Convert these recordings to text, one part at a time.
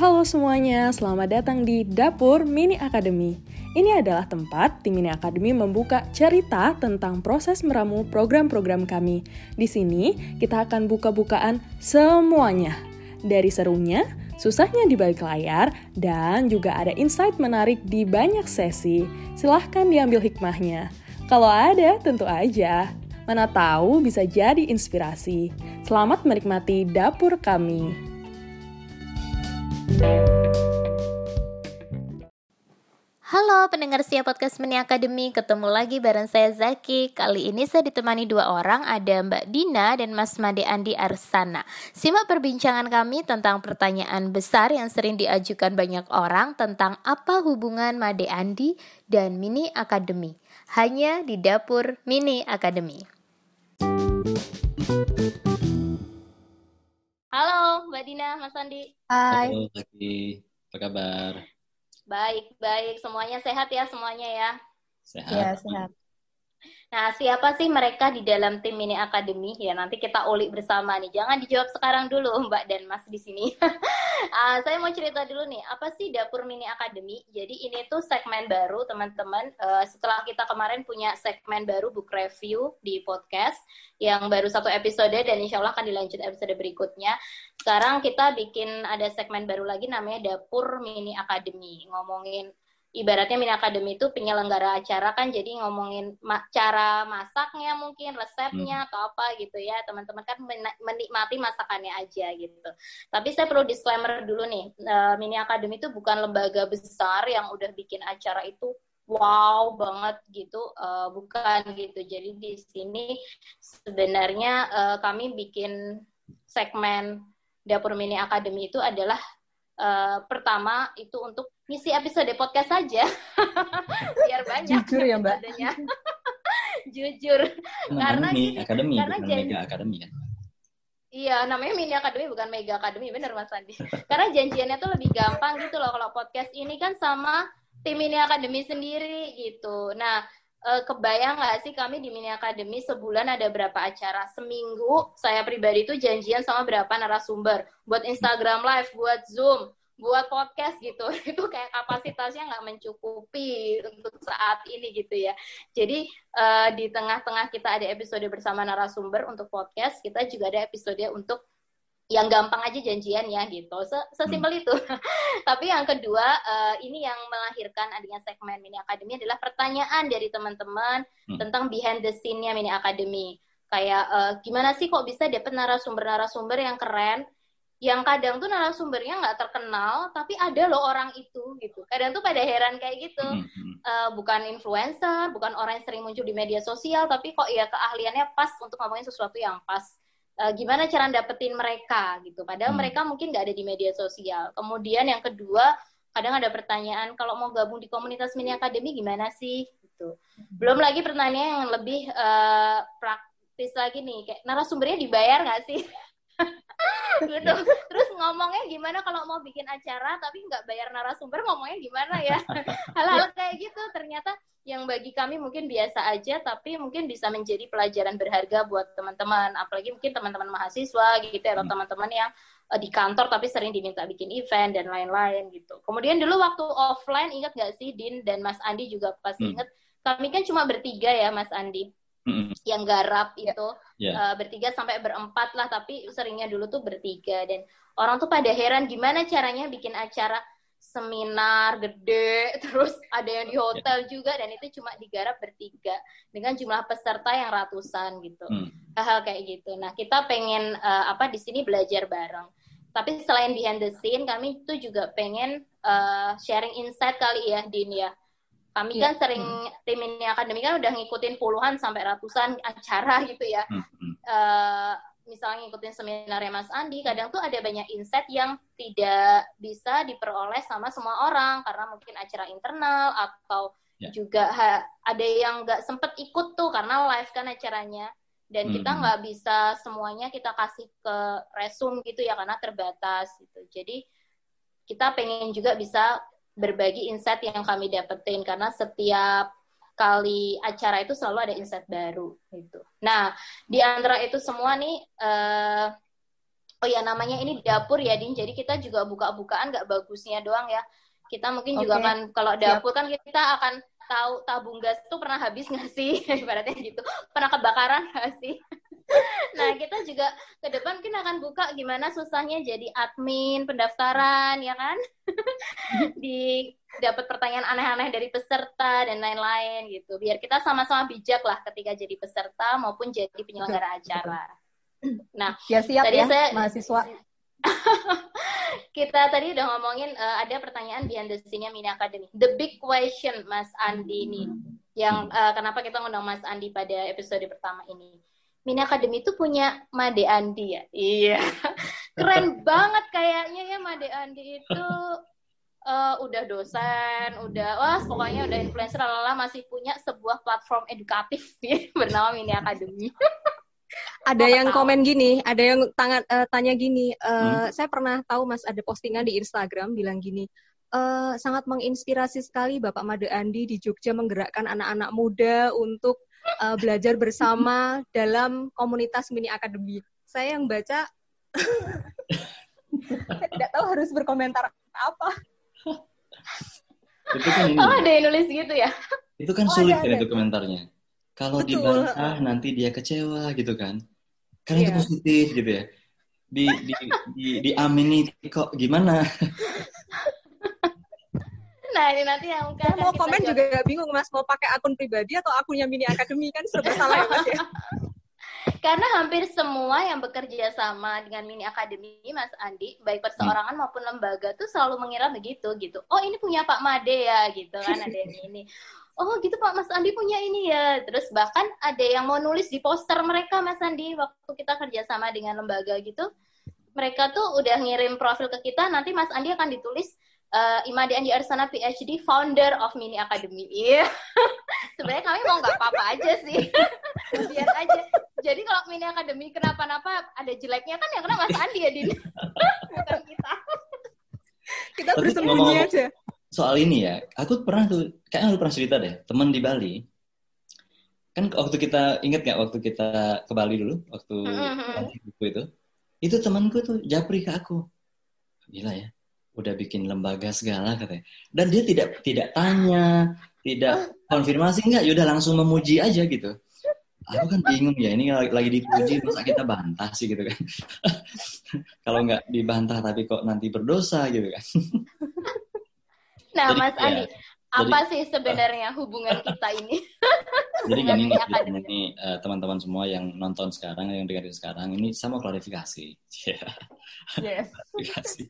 Halo semuanya, selamat datang di Dapur Mini Academy. Ini adalah tempat tim Mini Academy membuka cerita tentang proses meramu program-program kami. Di sini, kita akan buka-bukaan semuanya. Dari serunya, susahnya di balik layar, dan juga ada insight menarik di banyak sesi. Silahkan diambil hikmahnya. Kalau ada, tentu aja. Mana tahu bisa jadi inspirasi. Selamat menikmati dapur kami. Halo pendengar Sia Podcast Mini Academy, ketemu lagi bareng saya Zaki. Kali ini saya ditemani dua orang, ada Mbak Dina dan Mas Made Andi Arsana. Simak perbincangan kami tentang pertanyaan besar yang sering diajukan banyak orang tentang apa hubungan Made Andi dan Mini Academy. Hanya di Dapur Mini Academy. Halo Mbak Dina, Mas Andi. Hai. Halo Zaki, apa kabar? Baik, semuanya sehat ya semuanya ya? Sehat? Ya, sehat. Nah, siapa sih mereka di dalam tim Mini Academy? Ya, nanti kita ulik bersama nih. Jangan dijawab sekarang dulu, Mbak dan Mas di sini. Saya mau cerita dulu nih, apa sih Dapur Mini Academy? Jadi ini tuh segmen baru, teman-teman. Setelah kita kemarin punya segmen baru book review di podcast, yang baru 1 episode dan insya Allah akan dilanjut episode berikutnya. Sekarang kita bikin ada segmen baru lagi namanya Dapur Mini Academy. Ngomongin ibaratnya Mini Academy itu penyelenggara acara kan, jadi ngomongin cara masaknya mungkin, resepnya atau apa gitu ya. Teman-teman kan menikmati masakannya aja gitu. Tapi saya perlu disclaimer dulu nih, Mini Academy itu bukan lembaga besar yang udah bikin acara itu wow banget gitu, bukan gitu. Jadi di sini sebenarnya kami bikin segmen Dapur Mini Academy itu adalah pertama itu untuk ngisi episode podcast saja biar banyak. Jujur ya Mbak. Jujur. Karena Mini Academy karena bukan Mega Academy kan? Iya, namanya Mini Academy bukan Mega Academy, bener Mas Andi. Karena janjiannya tuh lebih gampang gitu loh kalau podcast ini kan sama tim Mini Academy sendiri gitu. Nah, kebayang nggak sih kami di Mini Academy sebulan ada berapa acara? Seminggu saya pribadi tuh janjian sama berapa narasumber buat Instagram Live, buat Zoom, buat podcast gitu. Itu kayak kapasitasnya nggak mencukupi untuk saat ini gitu ya. Jadi di tengah-tengah kita ada episode bersama narasumber untuk podcast, kita juga ada episode untuk yang gampang aja janjian ya gitu, sesimpel itu. Tapi yang kedua, ini yang melahirkan adanya segmen Mini Academy adalah pertanyaan dari teman-teman tentang behind the scene-nya Mini Academy. Kayak gimana sih kok bisa dapet narasumber-narasumber yang keren, yang kadang tuh narasumbernya nggak terkenal, tapi ada loh orang itu gitu. Kadang tuh pada heran kayak gitu, bukan influencer, bukan orang yang sering muncul di media sosial, tapi kok ya keahliannya pas untuk ngomongin sesuatu yang pas. Gimana cara dapetin mereka gitu, padahal mereka mungkin nggak ada di media sosial. Kemudian yang kedua, kadang ada pertanyaan kalau mau gabung di komunitas Mini Academy gimana sih gitu. Belum lagi pertanyaan yang lebih praktis lagi nih, kayak narasumbernya dibayar nggak sih gitu. Terus ngomongnya gimana kalau mau bikin acara tapi nggak bayar narasumber, ngomongnya gimana ya. Hal-hal kayak gitu ternyata yang bagi kami mungkin biasa aja, tapi mungkin bisa menjadi pelajaran berharga buat teman-teman, apalagi mungkin teman-teman mahasiswa gitu, atau teman-teman yang di kantor tapi sering diminta bikin event dan lain-lain gitu. Kemudian dulu waktu offline, ingat nggak sih Din dan Mas Andi juga pasti ingat, kami kan cuma bertiga ya Mas Andi, yang garap itu bertiga sampai berempat lah, tapi seringnya dulu tuh bertiga, dan orang tuh pada heran gimana caranya bikin acara seminar gede, terus ada yang di hotel juga, dan itu cuma digarap bertiga dengan jumlah peserta yang ratusan gitu. Hal kayak gitu. Nah, kita pengen di sini belajar bareng. Tapi selain behind the scene, kami itu juga pengen sharing insight kali ya, Din ya. Kami kan sering tim Mini Academy kan udah ngikutin puluhan sampai ratusan acara gitu ya. Misalnya ngikutin seminarnya Mas Andi, kadang tuh ada banyak insight yang tidak bisa diperoleh sama semua orang karena mungkin acara internal atau juga ada yang nggak sempet ikut tuh karena live kan acaranya, dan kita nggak bisa semuanya kita kasih ke resume gitu ya karena terbatas gitu. Jadi kita pengen juga bisa berbagi insight yang kami dapetin karena setiap kali acara itu selalu ada insight baru gitu. Nah, di antara itu semua nih Oh ya, namanya ini dapur ya, Din. Jadi kita juga buka-bukaan nggak bagusnya doang ya. Kita mungkin juga kan, kalau dapur kan kita akan tahu tabung gas tuh pernah habis nggak sih? Ibaratnya gitu. Pernah kebakaran nggak sih? Nah, kita juga ke depan mungkin akan buka gimana susahnya jadi admin pendaftaran, ya kan? Dapat pertanyaan aneh-aneh dari peserta dan lain-lain gitu. Biar kita sama-sama bijak lah ketika jadi peserta maupun jadi penyelenggara acara. Nah, ya siap tadi ya mahasiswa. Kita tadi udah ngomongin ada pertanyaan behind the scene-nya Mini Academy. The big question Mas Andi nih, yang kenapa kita ngundang Mas Andi pada episode pertama ini. Mini Academy itu punya Made Andi ya? Iya. Keren banget kayaknya ya Made Andi itu. Udah dosen, pokoknya udah influencer, masih punya sebuah platform edukatif ya, bernama Mini Academy. Ada yang komen gini, ada yang tanya gini, saya pernah tahu Mas ada postingan di Instagram bilang gini, sangat menginspirasi sekali Bapak Made Andi di Jogja menggerakkan anak-anak muda untuk belajar bersama dalam komunitas Mini Academy. Saya yang baca, saya tidak tahu harus berkomentar apa. Itu kan ada yang nulis gitu ya? Itu kan sulit kan itu komentarnya. Kalau dibantah nanti dia kecewa gitu kan. Karena itu positif gitu ya. Diamini kok gimana? Nah, ini nanti yang mau komen juga bingung Mas, mau pakai akun pribadi atau akunnya Mini Academy, kan serba salah ya Mas ya. Karena hampir semua yang bekerja sama dengan Mini Academy, Mas Andi, baik perseorangan maupun lembaga tuh selalu mengira begitu gitu. Oh, ini punya Pak Made ya gitu kan, ada yang ini. Oh gitu Pak, Mas Andi punya ini ya. Terus bahkan ada yang mau nulis di poster mereka Mas Andi waktu kita kerjasama dengan lembaga gitu. Mereka tuh udah ngirim profil ke kita, nanti Mas Andi akan ditulis Imade Andi Arsana PhD, founder of Mini Academy. Iya. Sebenarnya kami mau nggak apa-apa aja sih. Biar aja. Jadi kalau Mini Academy kenapa-napa ada jeleknya kan yang kena Mas Andi ya, Din. Bukan kita. Kita bersembunyi aja. Soal ini ya, aku pernah tuh, kayaknya lu pernah cerita deh, teman di Bali. Kan waktu kita, ingat nggak waktu kita ke Bali dulu, waktu buku itu temanku tuh japri ke aku. Gila ya, udah bikin lembaga segala katanya. Dan dia tidak tanya, tidak konfirmasi, enggak, yaudah langsung memuji aja gitu. Aku kan bingung ya, ini lagi dipuji, masa kita bantah sih gitu kan. Kalau nggak dibantah tapi kok nanti berdosa gitu kan. Nah, jadi, Mas Andi, apa sih sebenarnya hubungan kita ini? Jadi ini teman-teman semua yang nonton sekarang, yang dengerin sekarang, ini sama klarifikasi. Yes. Klarifikasi.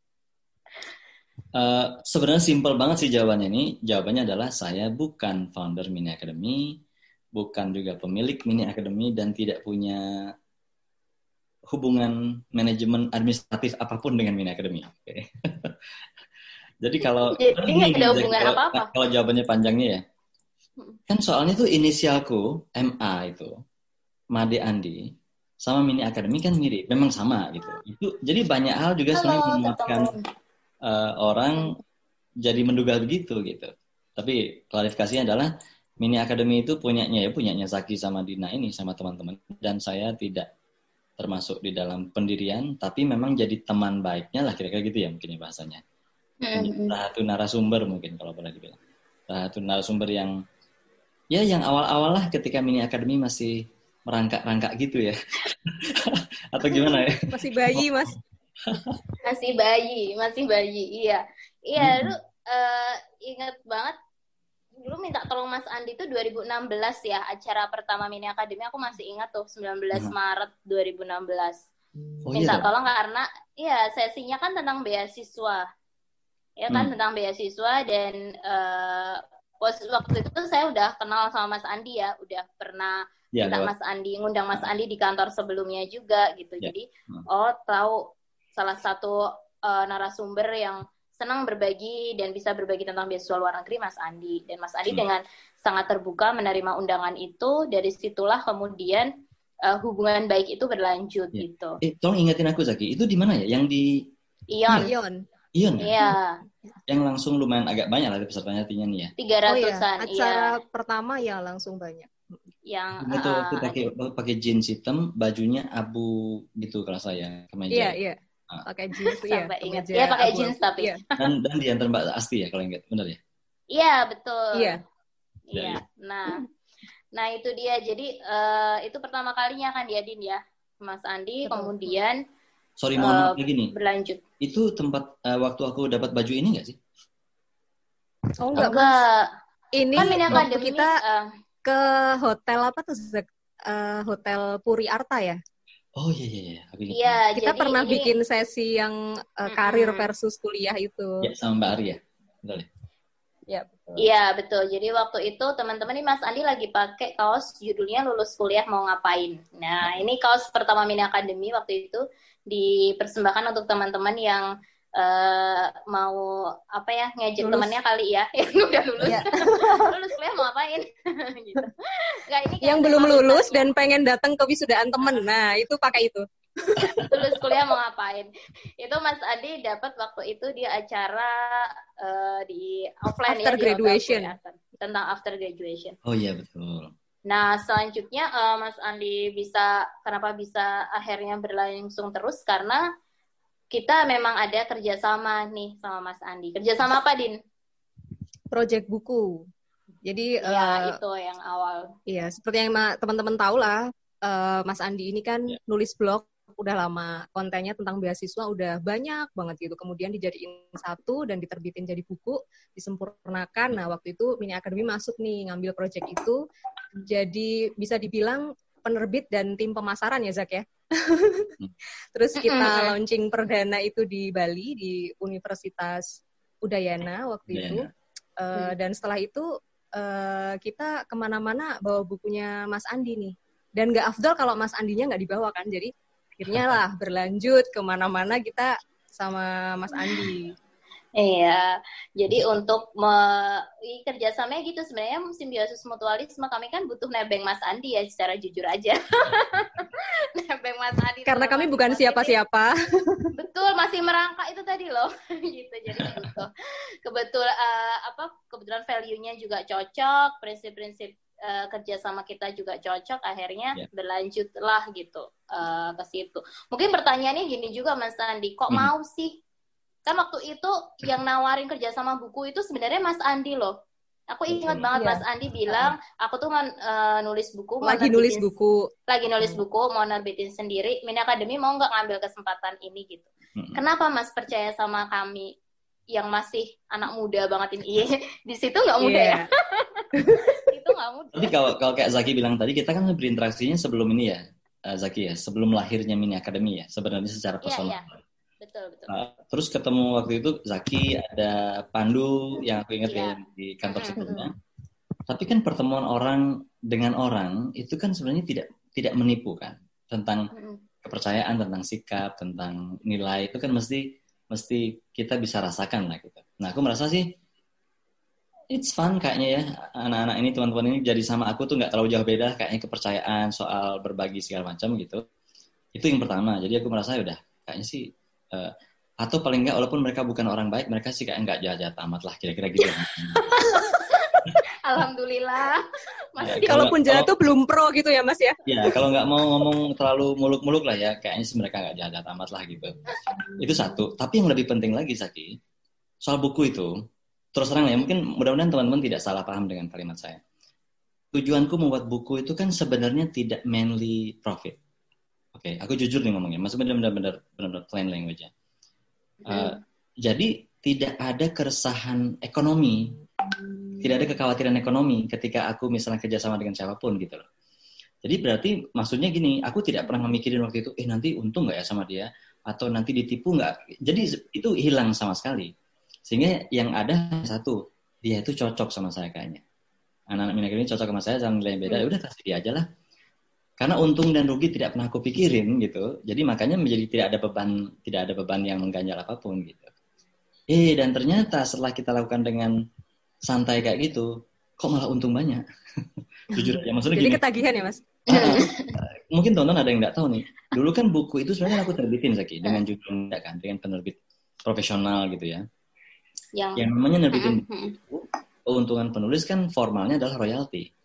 Sebenarnya simpel banget sih jawabannya ini. Jawabannya adalah saya bukan founder Mini Academy, bukan juga pemilik Mini Academy, dan tidak punya hubungan manajemen administratif apapun dengan Mini Academy. Okay. Jadi kalau kalau jawabannya panjangnya ya, kan soalnya tuh inisialku MA itu Made Andi sama Mini Academy kan mirip, memang sama gitu. Itu jadi banyak hal juga sebenarnya memuatkan orang jadi menduga begitu gitu. Tapi klarifikasinya adalah Mini Academy itu punyanya Zaki sama Dina ini sama teman-teman, dan saya tidak termasuk di dalam pendirian, tapi memang jadi teman baiknya lah kira-kira gitu ya mungkin ya bahasanya. Satu narasumber mungkin kalau boleh dibilang. Satu narasumber yang awal-awal lah ketika Mini Academy masih merangkak-rangkak gitu ya. Atau gimana ya? Masih bayi, Mas. Masih bayi, iya. Iya, lu ingat banget dulu minta tolong Mas Andi tuh 2016 ya, acara pertama Mini Academy, aku masih ingat tuh 19 Maret 2016. Minta tolong karena sesinya kan tentang beasiswa. Ya kan tentang beasiswa, dan waktu itu saya udah kenal sama Mas Andi ya, udah pernah ngundang Mas Andi di kantor sebelumnya juga gitu. Jadi tahu salah satu narasumber yang senang berbagi dan bisa berbagi tentang beasiswa luar negeri, Mas Andi. Dan Mas Andi dengan sangat terbuka menerima undangan itu. Dari situlah kemudian hubungan baik itu berlanjut gitu. Tolong ingetin aku Zaki, itu di mana ya? Yang di Ion. Iya. Yang langsung lumayan agak banyak lah pesertanya nih ya. 300-an. Acara pertama ya langsung banyak. yang itu pakai jeans hitam, bajunya abu gitu kalau saya, kemeja. Iya. Pakai jeans ya. Sampai ingat. Iya, pakai jeans tapi. Iya. Dan diantar Mbak Asti ya kalau ingat, benar ya? Iya, betul. Iya. Nah itu dia. Jadi itu pertama kalinya kan dia Din ya, Mas Andi. Betul. Kemudian sorry, mohon lagi nih. Berlanjut. Itu tempat waktu aku dapat baju ini nggak sih? Oh enggak. Ini kan waktu kita ke hotel apa tuh? Hotel Puri Arta ya? Oh iya. Iya. Kita pernah bikin sesi yang karir versus kuliah itu. Ya, sama Mbak Ari ya? Betul ya? Ya, betul. Iya, betul. Jadi waktu itu teman-teman ini Mas Andi lagi pakai kaos judulnya Lulus Kuliah Mau Ngapain. Nah, ini kaos pertama Mini Academy waktu itu dipersembahkan untuk teman-teman yang mau ngejek temannya kali ya yang udah lulus. Yeah. Lulus kuliah mau ngapain gitu. Nggak, ini yang belum lulus dan pengen datang ke wisudaan temen. Nah, itu pakai itu. Lulus kuliah mau ngapain? Itu Mas Adi dapat waktu itu di acara di offline after graduation. Tentang after graduation. Oh iya, betul. Nah, selanjutnya Mas Andi kenapa bisa akhirnya berlangsung terus? Karena kita memang ada kerjasama nih sama Mas Andi. Kerjasama apa, Din? Project buku. Jadi itu yang awal. Iya, seperti yang teman-teman tahu lah, Mas Andi ini kan nulis blog udah lama, kontennya tentang beasiswa udah banyak banget gitu. Kemudian dijadiin satu dan diterbitin jadi buku, disempurnakan. Nah, waktu itu Mini Academy masuk nih ngambil project itu. Jadi bisa dibilang penerbit dan tim pemasaran ya, Zak ya. Terus kita launching perdana itu di Bali di Universitas Udayana waktu itu. Dan setelah itu kita kemana-mana bawa bukunya Mas Andi nih. Dan nggak afdol kalau Mas Andinya nggak dibawa kan. Jadi akhirnya lah berlanjut kemana-mana kita sama Mas Andi. Iya, jadi untuk kerjasamanya gitu sebenarnya simbiosis mutualisme, kami kan butuh nebeng Mas Andi ya secara jujur aja. Nebeng Mas Andi. Karena kami bukan siapa-siapa. Betul, masih merangkak itu tadi loh. Gitu, jadi butuh. Kebetulan value-nya juga cocok, prinsip-prinsip kerjasama kita juga cocok, akhirnya berlanjutlah gitu ke situ. Mungkin pertanyaannya gini juga Mas Andi, kok mau sih? Kan waktu itu yang nawarin kerjasama buku itu sebenarnya Mas Andi loh. Aku ingat banget Mas Andi bilang, aku tuh nulis buku. Lagi nulis buku, mau nerbitin sendiri. Mini Academy mau nggak ngambil kesempatan ini gitu. Kenapa Mas percaya sama kami yang masih anak muda banget ini? Di situ nggak muda ya? Itu nggak muda. Tapi kalau kayak Zaki bilang tadi, kita kan berinteraksinya sebelum ini ya, Zaki ya, sebelum lahirnya Mini Academy ya, sebenarnya secara personal. Betul. Terus ketemu waktu itu Zaki, ada Pandu yang aku ingat ya di kantor sebelumnya. Tapi kan pertemuan orang dengan orang itu kan sebenarnya tidak menipu kan, tentang kepercayaan, tentang sikap, tentang nilai itu kan mesti kita bisa rasakan lah gitu. Nah, aku merasa sih it's fun kayaknya ya, anak-anak ini, teman-teman ini jadi sama aku tuh nggak terlalu jauh beda kayaknya, kepercayaan soal berbagi segala macam gitu. Itu yang pertama. Jadi aku merasa udah kayaknya sih atau paling nggak walaupun mereka bukan orang baik, mereka sih kayak nggak jahat-jahat amat lah, kira-kira gitu. Alhamdulillah. Kalaupun jahat tuh belum pro gitu ya Mas ya? Ya, kalau nggak mau ngomong terlalu muluk-muluk lah ya, kayaknya sih mereka nggak jahat-jahat amat lah gitu. Itu satu. Tapi yang lebih penting lagi, Zaki, soal buku itu, terus terang ya, mungkin mudah-mudahan teman-teman tidak salah paham dengan kalimat saya. Tujuanku membuat buku itu kan sebenarnya tidak mainly profit. Oke, aku jujur nih ngomongnya, maksudnya benar-benar plain language-nya. Jadi tidak ada keresahan ekonomi, tidak ada kekhawatiran ekonomi ketika aku misalnya kerjasama dengan siapapun gitu loh. Jadi berarti maksudnya gini, aku tidak pernah memikirin waktu itu, nanti untung nggak ya sama dia, atau nanti ditipu nggak. Jadi itu hilang sama sekali. Sehingga yang ada satu, dia itu cocok sama saya kayaknya. Anak-anak Mini Academy cocok sama saya, sama nilai yang beda, udah kasih dia aja lah. Karena untung dan rugi tidak pernah aku pikirin gitu. Jadi makanya menjadi tidak ada beban yang mengganjal apapun gitu. Dan ternyata setelah kita lakukan dengan santai kayak gitu, kok malah untung banyak. Jujur aja, maksudnya jadi gini. Ketagihan ya Mas? Mungkin teman-teman ada yang nggak tahu nih. Dulu kan buku itu sebenarnya aku terbitin Zaki dengan judul kan, dengan penerbit profesional gitu ya. Yang namanya nerbitin buku, keuntungan penulis kan formalnya adalah royalti.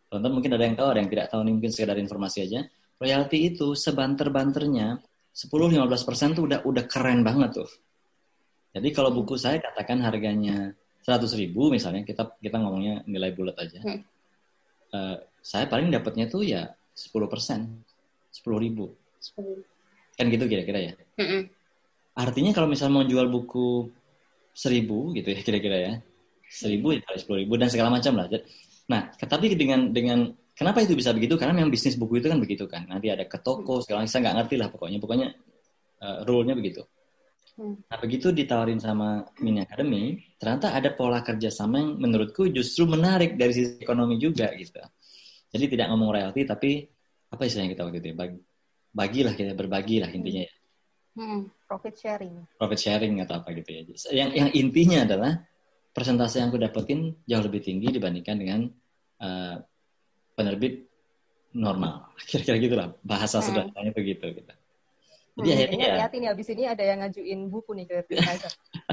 Teman-teman mungkin ada yang tahu, ada yang tidak tahu, mungkin sekedar informasi aja. Royalti itu sebanter-banternya 10-15% tuh udah keren banget tuh. Jadi kalau buku saya katakan harganya 100.000 misalnya, kita ngomongnya nilai bulat aja. Saya paling dapatnya tuh ya 10%, 10.000. Kan gitu kira-kira ya. Artinya kalau misalnya mau jual buku 1.000 gitu ya kira-kira ya. 1.000 ya kali 10.000 dan segala macam lah. Nah, tapi dengan kenapa itu bisa begitu? Karena memang bisnis buku itu kan begitu kan. Nanti ada ke toko, segala macam, saya nggak ngerti lah pokoknya rule-nya begitu. Nah, begitu ditawarin sama Mini Academy, ternyata ada pola kerjasama yang menurutku justru menarik dari sisi ekonomi juga gitu. Jadi tidak ngomong royalti, tapi apa istilahnya kita waktu itu ya? Bagilah kita, berbagi lah intinya ya. Profit sharing. Profit sharing atau apa gitu ya. Yang intinya adalah persentase yang aku dapetin jauh lebih tinggi dibandingkan dengan penerbit normal. Kira-kira gitulah bahasa sederhananya begitu gitu. Jadi akhirnya ya. Hati-hati nih, abis ini ada yang ngajuin buku nih ke Advisor.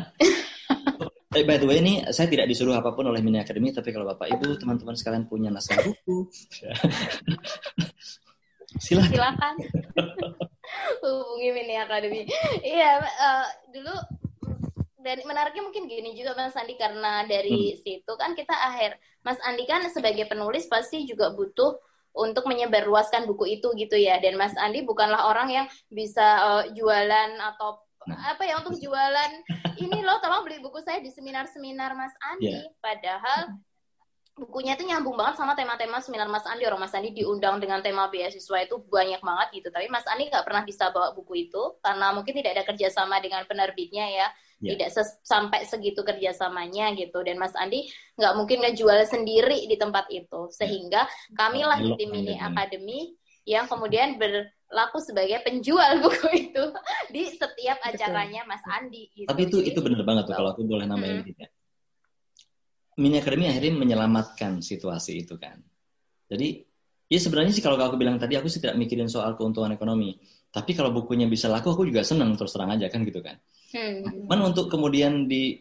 By the way, ini saya tidak disuruh apapun oleh Mini Academy, tapi kalau Bapak Ibu, teman-teman sekalian punya naskah buku, silakan. Hubungi Mini Academy. Iya, dulu dan menariknya mungkin gini juga Mas Andi, karena dari situ kan Mas Andi kan sebagai penulis pasti juga butuh untuk menyebarluaskan buku itu gitu ya. Dan Mas Andi bukanlah orang yang bisa jualan atau untuk jualan ini loh, tolong beli buku saya di seminar-seminar Mas Andi. Padahal bukunya itu nyambung banget sama tema-tema seminar Mas Andi. Orang Mas Andi diundang dengan tema beasiswa itu banyak banget gitu. Tapi Mas Andi nggak pernah bisa bawa buku itu karena mungkin tidak ada kerjasama dengan penerbitnya ya. Tidak sampai segitu kerjasamanya gitu. Dan Mas Andi nggak mungkin ngejual sendiri di tempat itu. Sehingga kamilah di Mini Academy yang kemudian berlaku sebagai penjual buku itu di setiap acaranya Mas Andi. Gitu. Tapi itu benar banget tuh kalau aku boleh nambahin gitu ya. Mini Academy akhirnya menyelamatkan situasi itu kan. Jadi ya sebenarnya sih kalau aku bilang tadi aku sih tidak mikirin soal keuntungan ekonomi. Tapi kalau bukunya bisa laku aku juga senang terus terang aja kan gitu kan. Cuman untuk kemudian di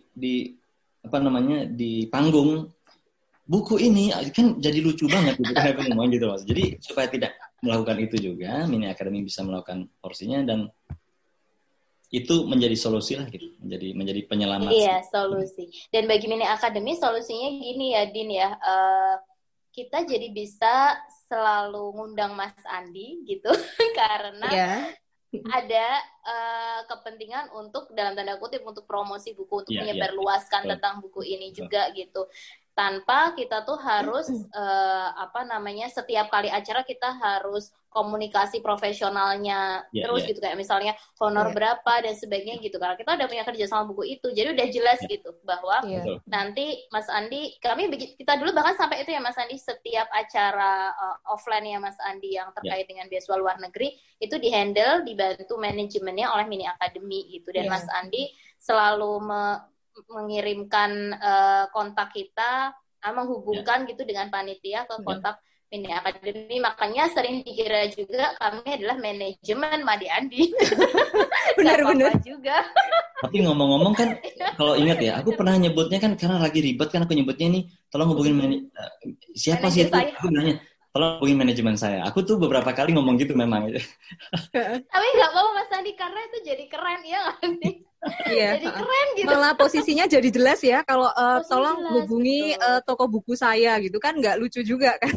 panggung buku ini kan jadi lucu banget gitu kan aku ngomong gitu Mas. Jadi supaya tidak melakukan itu juga Mini Academy bisa melakukan porsinya dan itu menjadi solusi lah gitu, menjadi penyelamat. Iya, solusi. Dan bagi Mini Academy solusinya gini ya, Din ya. Kita jadi bisa selalu ngundang Mas Andi gitu karena ada kepentingan untuk dalam tanda kutip untuk promosi buku, untuk menyebarluaskan tentang buku ini juga gitu. Tanpa kita tuh harus setiap kali acara kita harus komunikasi profesionalnya terus gitu, kayak misalnya honor berapa dan sebagainya gitu, karena kita udah punya kerja sama buku itu, jadi udah jelas gitu bahwa nanti Mas Andi, kita dulu bahkan sampai itu ya Mas Andi, setiap acara offline ya Mas Andi yang terkait dengan beasiswa luar negeri itu dibantu manajemennya oleh Mini Academy gitu, dan Mas Andi selalu mengirimkan kontak kita, menghubungkan gitu dengan panitia ke kontak Mini Academy. Makanya sering dikira juga kami adalah manajemen Madi Andi. Benar-benar juga. Tapi ngomong-ngomong kan, kalau ingat ya, aku pernah nyebutnya kan karena lagi ribet kan aku nyebutnya ini, tolong hubungin siapa sih itu? Aku nanya, tolong hubungin manajemen saya. Aku tuh beberapa kali ngomong gitu memang. Tapi nggak apa-apa Mas Andi, karena itu jadi keren ya nggak sih? Iya, jadi keren gitu. Malah posisinya jadi jelas ya. Kalau tolong hubungi toko buku saya gitu kan, nggak lucu juga kan?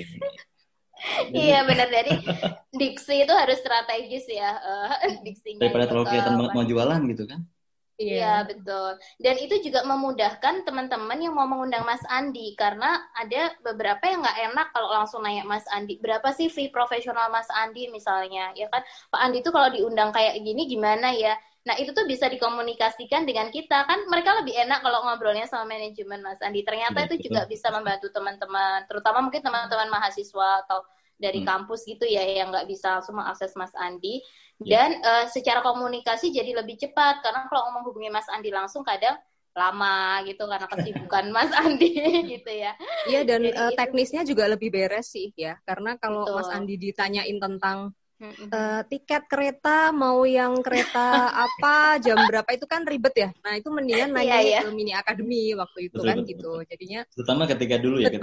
Iya benar, jadi diksi itu harus strategis ya, diksinya. Daripada terlalu kelihatan banget mau jualan gitu kan? Iya betul. Dan itu juga memudahkan teman-teman yang mau mengundang Mas Andi, karena ada beberapa yang nggak enak kalau langsung nanya Mas Andi, berapa sih fee profesional Mas Andi misalnya, ya kan? Pak Andi tuh kalau diundang kayak gini gimana ya? Nah itu tuh bisa dikomunikasikan dengan kita, kan mereka lebih enak kalau ngobrolnya sama manajemen Mas Andi. Ternyata itu juga bisa membantu teman-teman, terutama mungkin teman-teman mahasiswa atau dari kampus gitu ya, yang nggak bisa langsung mengakses Mas Andi. Dan secara komunikasi jadi lebih cepat, karena kalau ngomong hubungi Mas Andi langsung kadang lama gitu karena kesibukan Mas Andi gitu ya. Iya, dan teknisnya juga lebih beres sih ya, karena kalau Mas Andi ditanyain tentang tiket kereta, mau yang kereta apa, jam berapa, itu kan ribet ya. Nah itu mendingan nanya ke Mini Academy waktu itu kan gitu. Jadinya terutama ketika dulu ya,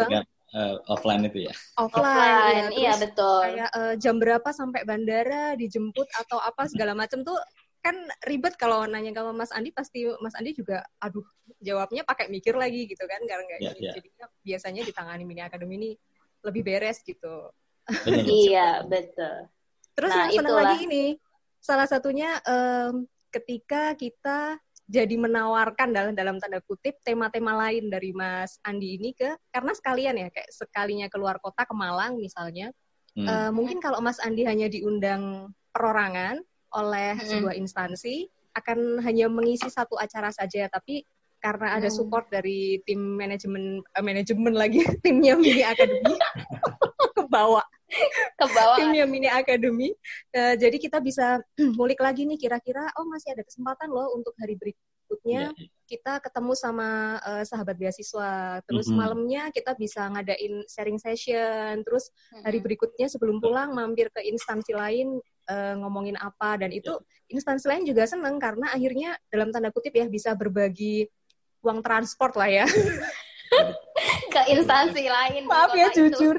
offline itu ya. Offline, iya betul. Kayak jam berapa sampai bandara, dijemput atau apa segala macam tuh kan ribet. Kalau nanya ke Mas Andi pasti Mas Andi juga aduh jawabnya pakai mikir lagi gitu kan, karena nggak jadi biasanya ditangani Mini Academy ini lebih beres gitu. Iya betul. Terus yang senang lagi ini salah satunya ketika kita jadi menawarkan dalam tanda kutip tema-tema lain dari Mas Andi ini karena sekalian ya kayak sekalinya keluar kota ke Malang misalnya, mungkin kalau Mas Andi hanya diundang perorangan oleh sebuah instansi akan hanya mengisi satu acara saja, tapi karena ada support dari tim manajemen lagi timnya Mini Academy kebawa timnya Mini Academy. Jadi kita bisa ngulik lagi nih kira-kira masih ada kesempatan loh untuk hari berikutnya kita ketemu sama sahabat beasiswa. Terus malamnya kita bisa ngadain sharing session. Terus hari berikutnya sebelum pulang mampir ke instansi lain ngomongin apa, dan itu instansi lain juga seneng karena akhirnya dalam tanda kutip ya bisa berbagi uang transport lah ya ke instansi lain. Maaf ya jujur.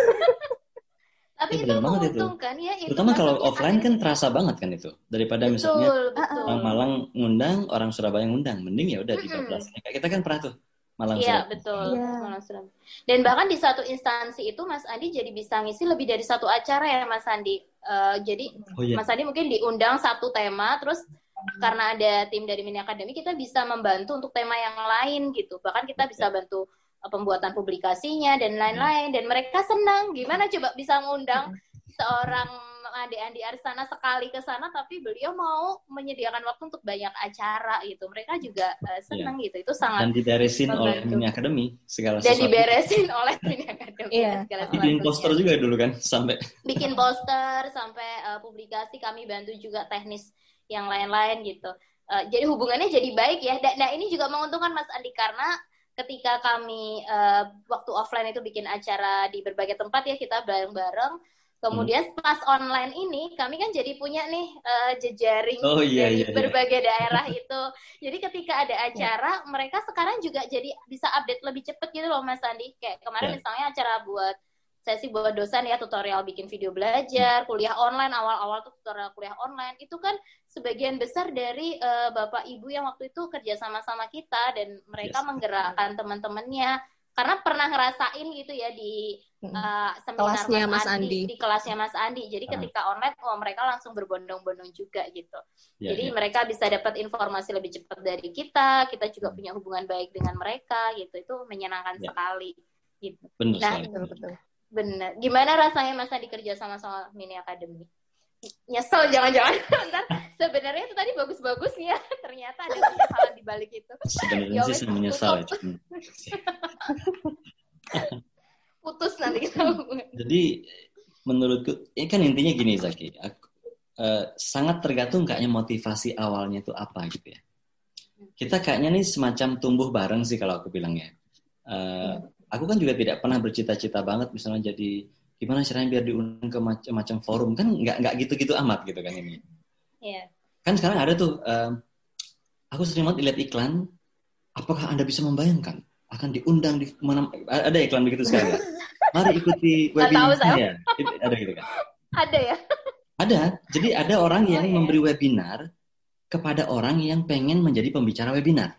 Tapi itu menguntungkan ya. Terutama kalau offline kan terasa banget kan itu. Daripada misalnya orang Malang ngundang, orang Surabaya ngundang, mending ya udah dibablas. Kayak kita kan pernah tuh Malang Surabaya. Iya betul. Malang Surabaya. Dan bahkan di satu instansi itu Mas Andi jadi bisa ngisi lebih dari satu acara ya Mas Andi. Jadi Mas Andi mungkin diundang satu tema, terus karena ada tim dari Mini Academy kita bisa membantu untuk tema yang lain gitu. Bahkan kita bisa bantu pembuatan publikasinya dan lain-lain, dan mereka senang. Gimana coba bisa ngundang seorang Ade Andi Arsana sekali ke sana, tapi beliau mau menyediakan waktu untuk banyak acara gitu. Mereka juga senang gitu. Itu sangat dan diberesin oleh Mini Academy segala sesuatu. Dan diberesin oleh Mini Academy. Bikin poster juga dulu kan sampai. Bikin poster sampai publikasi, kami bantu juga teknis yang lain-lain gitu. Jadi hubungannya jadi baik ya. Nah ini juga menguntungkan Mas Andi karena ketika kami waktu offline itu bikin acara di berbagai tempat ya kita bareng-bareng. Kemudian pas online ini kami kan jadi punya nih jejaring dari berbagai daerah itu. Jadi ketika ada acara mereka sekarang juga jadi bisa update lebih cepat gitu loh Mas Andi. Kayak kemarin misalnya acara buat sesi buat dosen ya, tutorial bikin video belajar, kuliah online, awal-awal tuh tutorial kuliah online, itu kan sebagian besar dari bapak ibu yang waktu itu kerja sama-sama kita, dan mereka menggerakkan teman-temannya, karena pernah ngerasain gitu ya di seminar kelasnya Mas Andi. Di kelasnya Mas Andi, jadi ketika online, mereka langsung berbondong-bondong juga gitu. Jadi mereka bisa dapat informasi lebih cepat dari kita juga punya hubungan baik dengan mereka gitu, itu menyenangkan sekali gitu. Benar, betul. Bener. Gimana rasanya Mas Andi kerja sama Mini Academy? Nyesel jangan-jangan. Sebenarnya itu tadi bagus-bagus nih ya. Ternyata ada kesalahan di balik itu. Sebenarnya sih saya menyesal ya. Putus nanti kita. Jadi menurutku ini kan intinya gini Zaki. Sangat tergantung kayaknya motivasi awalnya itu apa gitu ya. Kita kayaknya nih semacam tumbuh bareng sih kalau aku bilang ya. Aku kan juga tidak pernah bercita-cita banget misalnya jadi gimana caranya biar diundang ke macam-macam forum, kan nggak gitu-gitu amat gitu kan ini. Iya. Kan sekarang ada tuh, aku sering banget lihat iklan, apakah Anda bisa membayangkan akan diundang di mana, ada iklan begitu sekarang. Mari ikuti webinar saya. Ada gitu kan? Ada ya? Ada. Jadi ada orang yang memberi webinar kepada orang yang pengen menjadi pembicara webinar.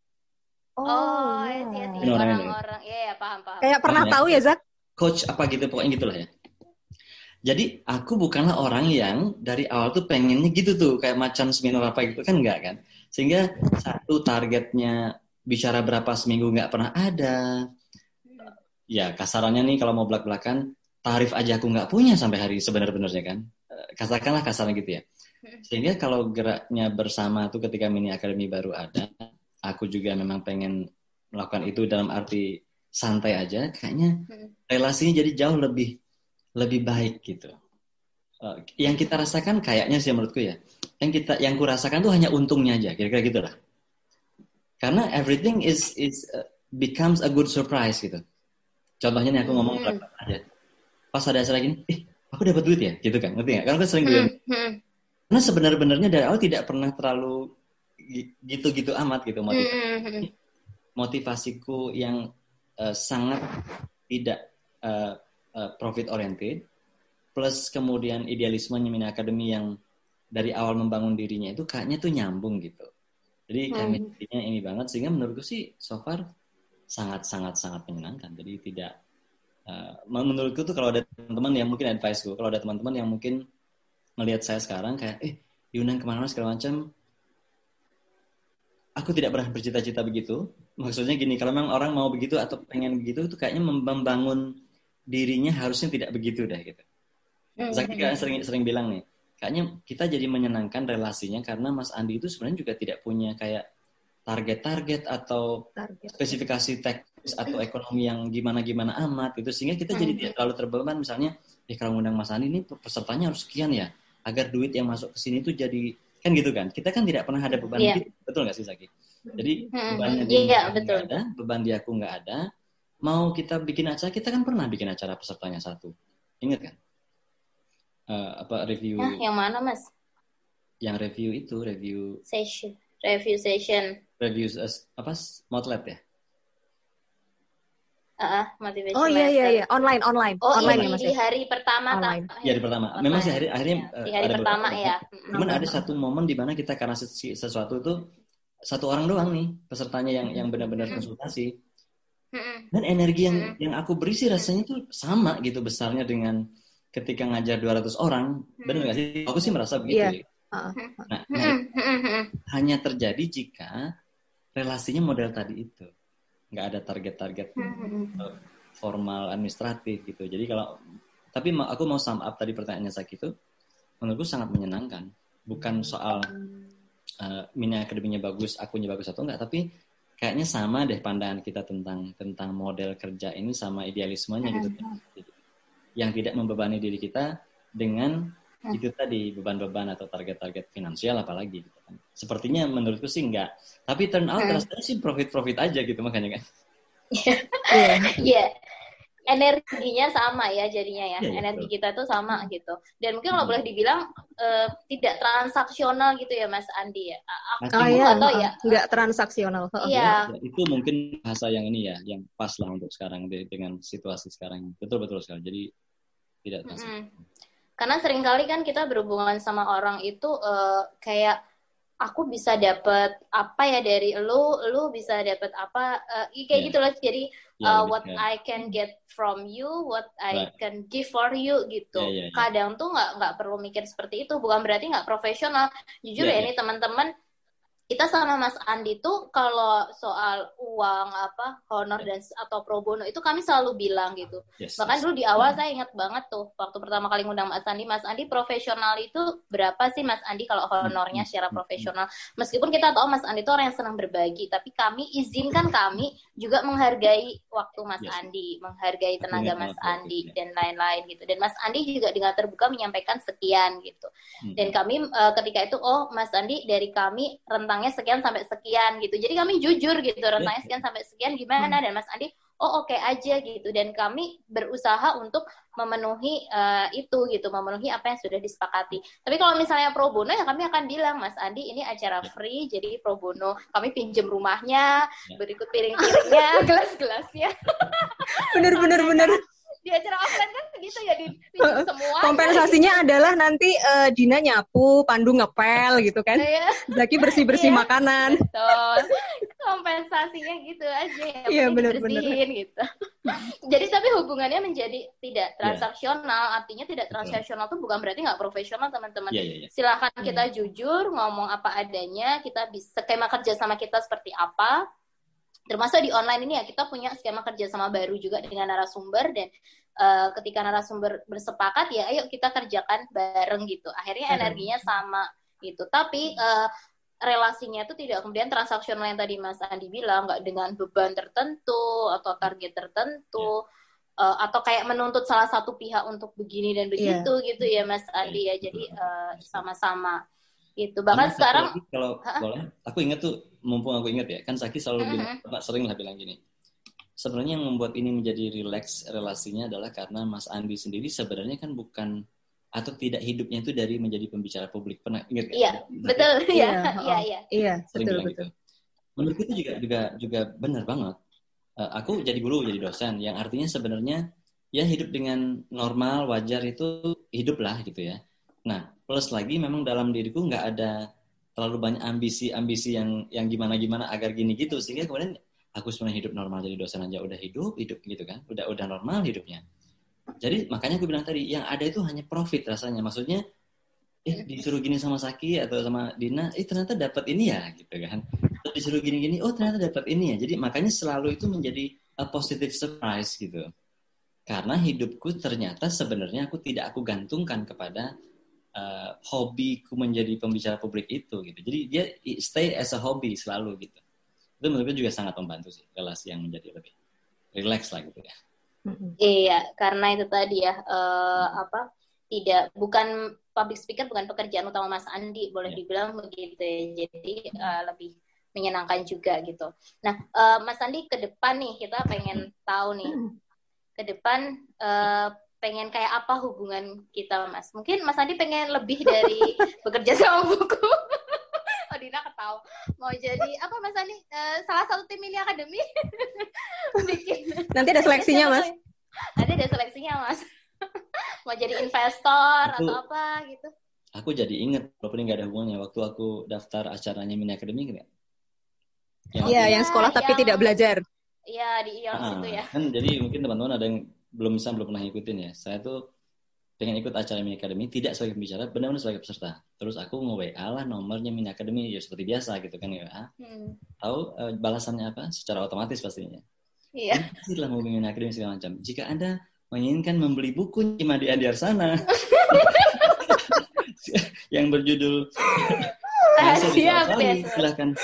Orang-orang, ya paham. Kayak pernah tahu ya Zak? Coach apa gitu, pokoknya gitulah ya. Jadi aku bukanlah orang yang dari awal tuh pengennya gitu tuh, kayak macam seminar apa gitu kan, enggak kan. Sehingga satu targetnya bicara berapa seminggu nggak pernah ada. Ya kasarannya nih kalau mau belak-belakan, tarif aja aku nggak punya sampai hari sebenar-benarnya kan. Katakanlah kasarnya gitu ya. Sehingga kalau geraknya bersama tuh ketika Mini Academy baru ada, aku juga memang pengen melakukan itu dalam arti santai aja, kayaknya relasinya jadi jauh lebih baik gitu. Yang kita rasakan kayaknya sih menurutku ya, yang ku rasakan tuh hanya untungnya aja, kira-kira gitulah. Karena everything is becomes a good surprise gitu. Contohnya nih aku ngomong aja, pas ada acara gini, aku dapat duit ya, gitu kan, ngerti nggak? Karena aku sering bilang, karena sebenarnya dari awal tidak pernah terlalu gitu-gitu amat gitu motivasiku yang sangat tidak profit oriented, plus kemudian idealismenya Mini Academy yang dari awal membangun dirinya itu kayaknya tuh nyambung gitu. Jadi kami ini banget, sehingga menurutku sih so far sangat menyenangkan. Jadi tidak menurutku tuh kalau ada teman-teman yang mungkin advice-ku, kalau ada teman-teman yang mungkin melihat saya sekarang kayak diundang kemana-mana segala macam, aku tidak pernah bercita-cita begitu. Maksudnya gini, kalau memang orang mau begitu atau pengen begitu, itu kayaknya membangun dirinya harusnya tidak begitu dah gitu. Zaki kan sering bilang nih, kayaknya kita jadi menyenangkan relasinya karena Mas Andi itu sebenarnya juga tidak punya kayak target-target atau spesifikasi teknis atau ekonomi yang gimana-gimana amat gitu, sehingga kita jadi tidak terlalu terbeban. Misalnya, kalau ngundang Mas Andi ini pesertanya harus sekian ya, agar duit yang masuk ke sini itu jadi, kan gitu kan. Kita kan tidak pernah ada beban gitu, betul nggak sih Zaki? Jadi bebannya dia nggak ada, beban di aku nggak ada. Mau kita bikin acara, kita kan pernah bikin acara pesertanya 1. Ingat kan? Review. Yang mana Mas? Yang review session. Review Motlet ya? Motivation. Oh iya, online. Oh online ya Mas. Di hari pertama. Iya, di pertama. Memang sih akhirnya di hari pertama ya. Cuman ada satu momen di mana kita karena sesuatu itu satu orang doang nih pesertanya yang benar-benar konsultasi. Dan energi yang aku beri sih rasanya tuh sama gitu besarnya dengan ketika ngajar 200 orang. Benar nggak sih? Aku sih merasa begitu. Nah, hanya terjadi jika relasinya model tadi itu. Nggak ada target-target formal administratif gitu. Jadi tapi aku mau sum up tadi pertanyaannya Zaki itu, menurutku sangat menyenangkan. Bukan soal Mini Academy-nya bagus, akunya bagus atau enggak, tapi kayaknya sama deh pandangan kita tentang model kerja ini sama idealismenya gitu. Yang tidak membebani diri kita dengan itu tadi beban-beban atau target-target finansial apalagi gitu kan. Sepertinya menurutku sih enggak. Tapi turn out rasanya sih profit aja gitu makanya kan. Iya. Energinya sama ya jadinya ya. Energi kita tuh sama gitu. Dan mungkin kalau boleh dibilang tidak transaksional gitu ya Mas Andi ya. Enggak transaksional. Iya. Itu mungkin bahasa yang ini ya, yang pas lah untuk sekarang dengan situasi sekarang. Betul sekali. Jadi tidak transaksional. Karena seringkali kan kita berhubungan sama orang itu kayak aku bisa dapat apa ya dari lu bisa dapat apa kayak gitu loh. Jadi what I can get from you, what I can give for you gitu. Kadang tuh nggak perlu mikir seperti itu. Bukan berarti nggak profesional. Jujur ini teman-teman, kita sama Mas Andi tuh kalau soal uang honor dan atau pro bono itu kami selalu bilang gitu. Bahkan dulu di awal saya ingat banget tuh waktu pertama kali ngundang Mas Andi profesional itu berapa sih Mas Andi kalau honornya secara profesional. Meskipun kita tahu Mas Andi itu orang yang senang berbagi, tapi kami izinkan kami juga menghargai waktu Mas Andi, menghargai tenaga Mas Andi dan lain-lain gitu. Dan Mas Andi juga dengan terbuka menyampaikan sekian gitu. Dan kami ketika itu Mas Andi dari kami rentang sekian sampai sekian gitu. Jadi kami jujur gitu, rentangnya sekian sampai sekian gimana, dan Mas Andi oke aja gitu. Dan kami berusaha untuk memenuhi itu gitu, memenuhi apa yang sudah disepakati. Tapi kalau misalnya pro bono ya kami akan bilang, Mas Andi ini acara free jadi pro bono. Kami pinjam rumahnya, berikut piring-piringnya, gelas-gelasnya. Bener. Di acara offline kan gitu ya, dipinjam semua. Kompensasinya adalah nanti Dina nyapu, Pandu ngepel gitu kan. Zaki bersih-bersih makanan. Betul. Kompensasinya gitu aja ya, bersihin gitu. Jadi tapi hubungannya menjadi tidak transaksional. Artinya tidak transaksional tuh bukan berarti nggak profesional teman-teman. Silahkan kita jujur, ngomong apa adanya, kita bisa skema kerja sama kita seperti apa. Termasuk di online ini ya, kita punya skema kerjasama baru juga dengan narasumber, dan ketika narasumber bersepakat ya ayo kita kerjakan bareng gitu. Akhirnya energinya sama gitu. Tapi relasinya itu tidak kemudian transaksional yang tadi Mas Andi bilang, nggak dengan beban tertentu atau target tertentu, atau kayak menuntut salah satu pihak untuk begini dan begitu gitu ya Mas Andi ya. Jadi sama-sama gitu. Bahkan sekarang kalau boleh, aku ingat tuh, mumpung aku ingat ya, kan Zaki selalu sering lah bilang gini. Sebenarnya yang membuat ini menjadi rileks relasinya adalah karena Mas Andi sendiri sebenarnya kan bukan atau tidak hidupnya itu dari menjadi pembicara publik. Pernah ingat? Iya, betul. Iya, Iya, betul. Gitu. Menurut itu juga benar banget. aku jadi guru, jadi dosen, yang artinya sebenarnya ya hidup dengan normal, wajar itu hidup lah gitu ya. Nah, plus lagi memang dalam diriku nggak ada terlalu banyak ambisi yang gimana-gimana agar gini gitu, sehingga kemudian aku sebenarnya hidup normal jadi dosen aja udah hidup gitu kan, udah normal hidupnya. Jadi makanya aku bilang tadi, yang ada itu hanya profit rasanya, maksudnya disuruh gini sama Saki atau sama Dina, ternyata dapat ini ya gitu kan. Terus disuruh gini-gini, ternyata dapat ini ya. Jadi makanya selalu itu menjadi a positive surprise gitu. Karena hidupku ternyata sebenarnya aku gantungkan kepada hobiku menjadi pembicara publik itu gitu. Jadi dia stay as a hobby selalu gitu. Itu menurutku juga sangat membantu sih, relasi yang menjadi lebih relax lah gitu ya. Iya, karena itu tadi ya bukan public speaker, bukan pekerjaan utama Mas Andi, boleh dibilang begitu ya. Jadi lebih menyenangkan juga gitu. Nah, Mas Andi, ke depan nih kita pengen tahu nih, ke depan pengen kayak apa hubungan kita, Mas? Mungkin Mas Andi pengen lebih dari bekerja sama buku. Oh, Dina ketawa. Mau jadi apa, Mas Andi? Salah satu tim Mini Academy. Bikin. Nanti ada seleksinya, Mas. Ada seleksinya, Mas. Mau jadi investor atau apa gitu. Aku jadi inget, walaupun nggak ada hubungannya, waktu aku daftar acaranya Mini Academy kan. Iya, yang sekolah tapi tidak belajar. Iya, di IELTS itu ya. Kan jadi mungkin teman-teman ada yang belum pernah ngikutin ya. Saya tuh pengen ikut acara Mini Academy, tidak sebagai pembicara, benar-benar sebagai peserta. Terus aku nge-WA lah nomornya Mini Academy, ya seperti biasa gitu kan ya. Tahu balasannya apa? Secara otomatis pastinya. Iya. Setelah mau Mini Academy segala macam. Jika Anda menginginkan membeli buku Cimadi Andiarsana yang berjudul siap, silakan.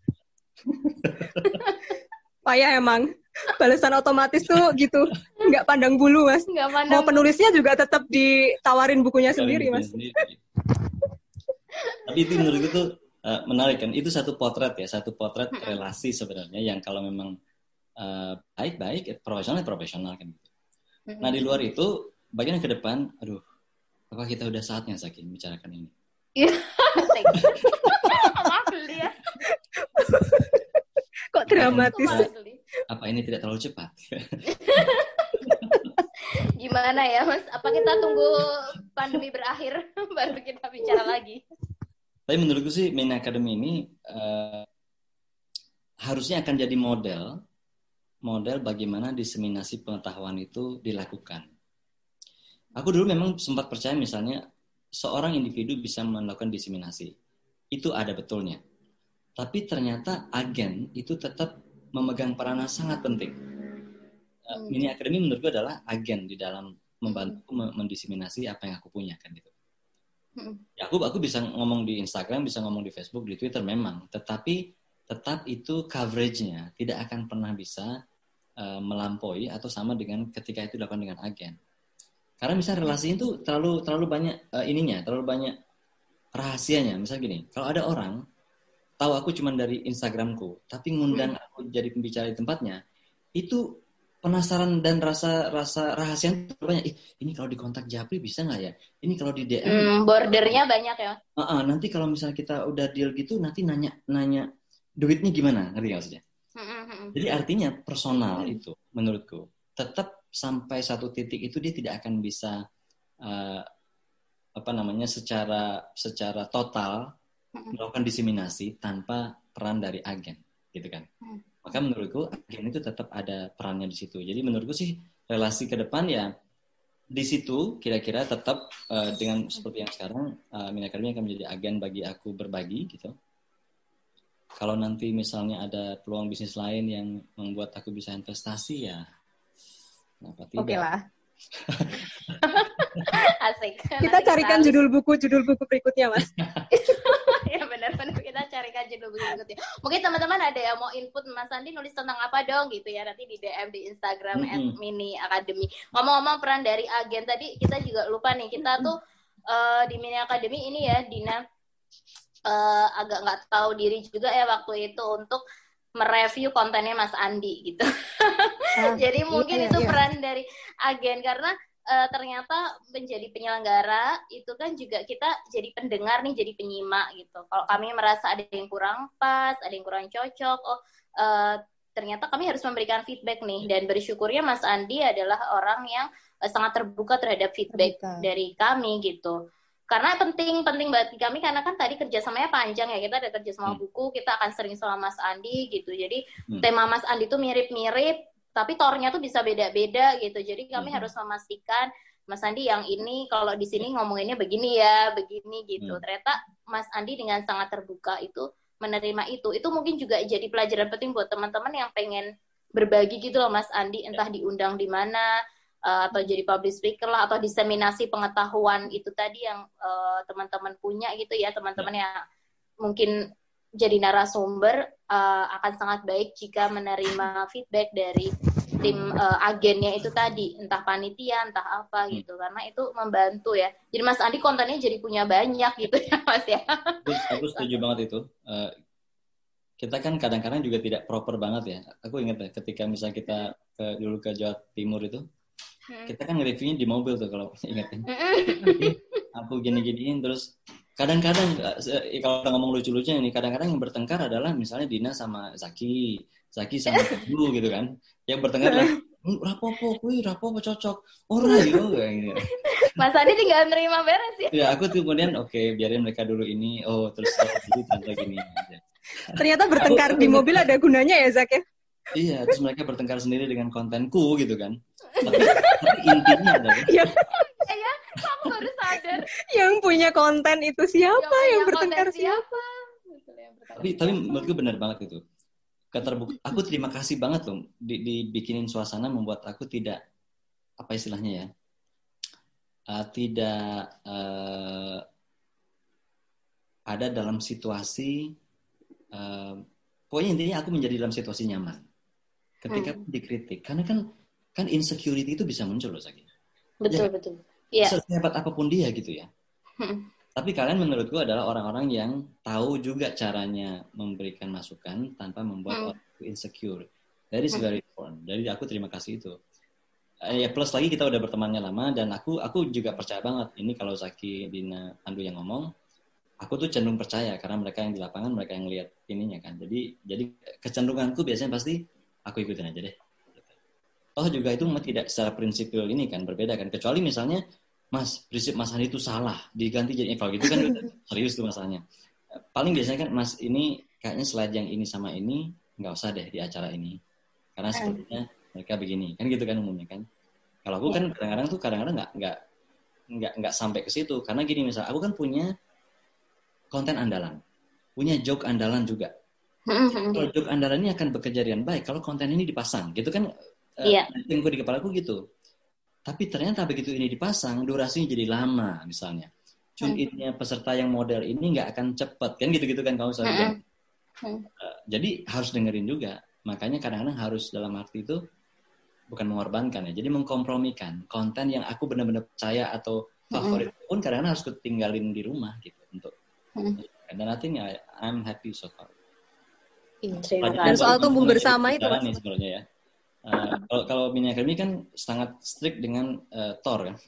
Payah emang. Balasan otomatis tuh gitu. Nggak pandang bulu, Mas. Mau penulisnya juga tetap ditawarin bukunya sendiri, Mas. Tapi itu menurutku tuh menarik kan. Itu satu potret relasi sebenarnya yang kalau memang baik-baik, profesional kan. Nah, di luar itu, bagian ke depan, apakah kita udah saatnya, Saki, membicarakan ini? Iya. Maaf ya. Kok dramatis? Apa ini tidak terlalu cepat? Gimana ya, Mas? Apa kita tunggu pandemi berakhir baru kita bicara lagi? Tapi menurutku sih, Mini Academy ini harusnya akan jadi model bagaimana diseminasi pengetahuan itu dilakukan. Aku dulu memang sempat percaya misalnya seorang individu bisa melakukan diseminasi. Itu ada betulnya. Tapi ternyata agen itu tetap memegang peranan sangat penting. Mini Academy menurutku adalah agen di dalam membantu mendiseminasi apa yang aku punya kan gitu. Ya, aku bisa ngomong di Instagram, bisa ngomong di Facebook, di Twitter memang. Tetapi tetap itu coveragenya tidak akan pernah bisa melampaui atau sama dengan ketika itu dilakukan dengan agen. Karena misalnya relasi itu terlalu banyak terlalu banyak rahasianya. Misalnya gini, kalau ada orang tahu aku cuma dari Instagramku, tapi ngundang aku jadi pembicara di tempatnya, itu penasaran dan rasa rahasia banyak. Ini kalau di kontak Japri bisa nggak ya? Ini kalau di DM bordernya banyak ya. Nanti kalau misalnya kita udah deal gitu, nanti nanya duitnya gimana? Ngerti nggak maksudnya? Jadi artinya personal itu menurutku tetap sampai satu titik itu dia tidak akan bisa secara total melakukan diseminasi tanpa peran dari agen, gitu kan? Maka menurutku agen itu tetap ada perannya di situ. Jadi menurutku sih relasi ke depan ya di situ kira-kira tetap dengan seperti yang sekarang Mini Academy akan menjadi agen bagi aku berbagi gitu. Kalau nanti misalnya ada peluang bisnis lain yang membuat aku bisa investasi ya, kenapa tidak? Oke lah. Asik. Kita carikan judul buku berikutnya, Mas. Ya benar-benar kita carikan judul buku berikutnya. Mungkin teman-teman ada yang mau input Mas Andi nulis tentang apa dong gitu ya, nanti di DM di Instagram @Mini Academy. Ngomong-ngomong peran dari agen tadi, kita juga lupa nih, kita tuh di Mini Academy ini ya, Dina agak nggak tahu diri juga ya waktu itu untuk mereview kontennya Mas Andi gitu. Jadi mungkin itu peran dari agen, karena ternyata menjadi penyelenggara itu kan juga kita jadi pendengar nih, jadi penyimak gitu. Kalau kami merasa ada yang kurang pas, ada yang kurang cocok, ternyata kami harus memberikan feedback nih, dan bersyukurnya Mas Andi adalah orang yang sangat terbuka terhadap feedback dari kami gitu. Karena penting banget di kami, karena kan tadi kerjasamanya panjang ya, kita ada kerjasama buku, kita akan sering sama Mas Andi gitu. Jadi tema Mas Andi tuh mirip-mirip, tapi tornya tuh bisa beda-beda gitu. Jadi kami harus memastikan Mas Andi yang ini kalau di sini ngomonginnya begini ya, begini gitu. Ternyata Mas Andi dengan sangat terbuka itu menerima itu mungkin juga jadi pelajaran penting buat teman-teman yang pengen berbagi gitu loh Mas Andi, entah diundang di mana atau jadi public speaker lah, atau diseminasi pengetahuan itu tadi yang teman-teman punya gitu ya, teman-teman yang mungkin jadi narasumber akan sangat baik jika menerima feedback dari tim agennya itu tadi, entah panitia, entah apa gitu, karena itu membantu ya. Jadi Mas Andi kontennya jadi punya banyak gitu ya Mas ya. Aku setuju banget itu. Kita kan kadang-kadang juga tidak proper banget ya. Aku ingat ya, ketika misalnya kita dulu ke Jawa Timur itu, kita kan nge-reviewnya di mobil tuh kalau ingat kan. Aku gini-giniin, terus kadang-kadang kalau ngomong lucu-lucunya nih, kadang-kadang yang bertengkar adalah misalnya Dina sama Zaki sama Dulu gitu kan. Yang bertengkar lah, rapopo cocok. Ora yo gitu. Mas Andi tinggal nerima beres ya. Ya, aku tuh kemudian biarin mereka dulu ini. Oh, terus jadi tante gini aja. Ternyata bertengkar di mobil ada gunanya ya, Zak ya? Iya, terus mereka bertengkar sendiri dengan kontenku gitu kan. Tapi intinya adalah ya, aku baru sadar. Yang punya konten itu siapa? Yang bertengkar siapa? Tapi menurutku benar banget itu. Aku terima kasih banget loh dibikinin suasana, membuat aku tidak, apa istilahnya ya, tidak ada dalam situasi, pokoknya intinya aku menjadi dalam situasi nyaman ketika dikritik, karena kan insecurity itu bisa muncul loh Zaki. Betul. Iya. Sehebat apapun dia gitu ya. Tapi kalian menurutku adalah orang-orang yang tahu juga caranya memberikan masukan tanpa membuat orang insecure. That is very important. Jadi aku terima kasih itu. Ya plus lagi kita udah bertemannya lama, dan aku juga percaya banget ini kalau Zaki, Dina, Pandu yang ngomong, aku tuh cenderung percaya karena mereka yang di lapangan, mereka yang lihat ininya kan. Jadi kecenderunganku biasanya pasti aku ikutin aja deh. Toh juga itu tidak secara prinsipil ini kan berbeda kan. Kecuali misalnya prinsip Mas Andi itu salah, diganti jadi kalau gitu kan serius tuh masalahnya. Paling biasanya kan Mas ini kayaknya slide yang ini sama ini nggak usah deh di acara ini, karena sepertinya mereka begini kan, gitu kan umumnya kan. Kalau aku kan kadang-kadang nggak sampai ke situ, karena gini, misal aku kan punya konten andalan, punya joke andalan juga. Kalau joke andalan ini akan bekerja dengan baik kalau konten ini dipasang, gitu kan. Yang di kepalaku gitu. Tapi ternyata begitu ini dipasang, durasinya jadi lama misalnya. Tune-in-nya peserta yang model ini nggak akan cepat kan, gitu-gitu kan kalau saya. Jadi harus dengerin juga. Makanya kadang-kadang harus dalam arti itu bukan mengorbankan ya. Jadi mengkompromikan konten yang aku benar-benar percaya atau favorit pun kadang-kadang harus ketinggalin di rumah gitu untuk. Dan I think I'm happy so far. Dan soal tumbuh bersama itu nih sebenarnya ya. Kalau Mini Academy kan sangat strict dengan tor kan.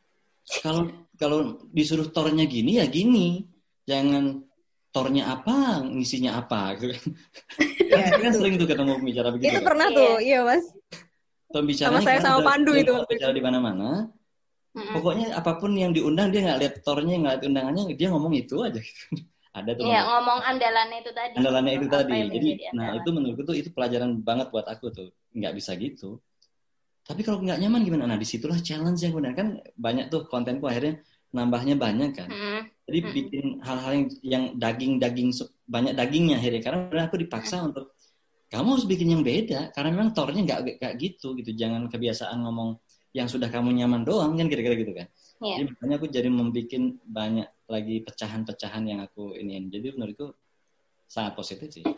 Kalau disuruh tornya gini ya gini, jangan tornya apa, ngisinya apa gitu kan. Kita kan sering tuh ketemu pembicara begitu. Itu pernah tuh, iya Mas. Pembicaranya sama saya sama Pandu itu. Bicara di mana-mana. Pokoknya apapun yang diundang dia nggak lihat tornya, nggak lihat undangannya, dia ngomong itu aja gitu. Ada tuh. Iya, ngomong andalannya itu tadi. Andalannya itu tadi. Jadi, itu menurutku tuh itu pelajaran banget buat aku tuh. Nggak bisa gitu. Tapi kalau nggak nyaman gimana? Nah, disitulah challenge yang benar kan. Banyak tuh kontenku akhirnya nambahnya banyak kan. Jadi bikin hal-hal yang daging banyak dagingnya akhirnya. Karena aku dipaksa untuk kamu harus bikin yang beda. Karena memang tornya nggak gitu. Jangan kebiasaan ngomong yang sudah kamu nyaman doang kan, kira-kira gitu kan. Jadi makanya aku jadi membuat banyak lagi pecahan-pecahan yang aku iniin. Jadi menurutku sangat positif sih.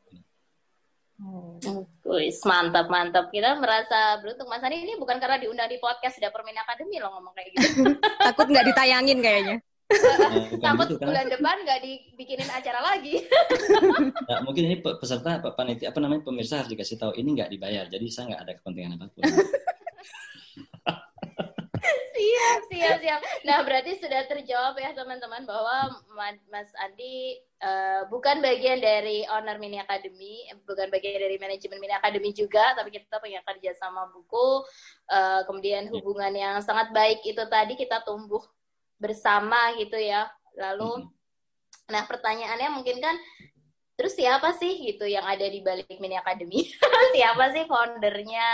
Mantap. Kita merasa beruntung. Mas Andi ini bukan karena diundang di podcast Dapur Mini Academy loh ngomong kayak gitu. Takut nggak ditayangin kayaknya. Takut gitu, bulan depan nggak dibikinin acara lagi. Nah, mungkin ini peserta panitia pemirsa harus dikasih tahu ini nggak dibayar. Jadi saya nggak ada kepentingan apapun. Siap. Nah, berarti sudah terjawab ya teman-teman bahwa Mas Andi bukan bagian dari owner Mini Academy, bukan bagian dari manajemen Mini Academy juga, tapi kita punya kerja sama buku, kemudian hubungan yang sangat baik itu tadi kita tumbuh bersama gitu ya. Lalu, nah pertanyaannya mungkin kan, terus siapa sih gitu yang ada di balik Mini Academy? Siapa sih foundernya?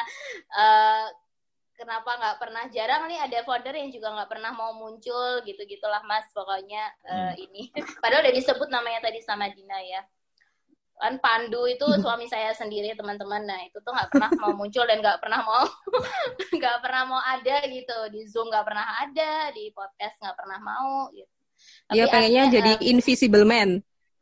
Kenapa nggak pernah, jarang nih ada founder yang juga nggak pernah mau muncul gitu-gitulah Mas pokoknya ini. Padahal udah disebut namanya tadi sama Dina ya. Kan Pandu itu suami saya sendiri teman-teman. Nah itu tuh nggak pernah mau muncul dan nggak pernah mau ada gitu, di Zoom nggak pernah ada, di podcast nggak pernah mau. Gitu. Dia pengennya jadi invisible man.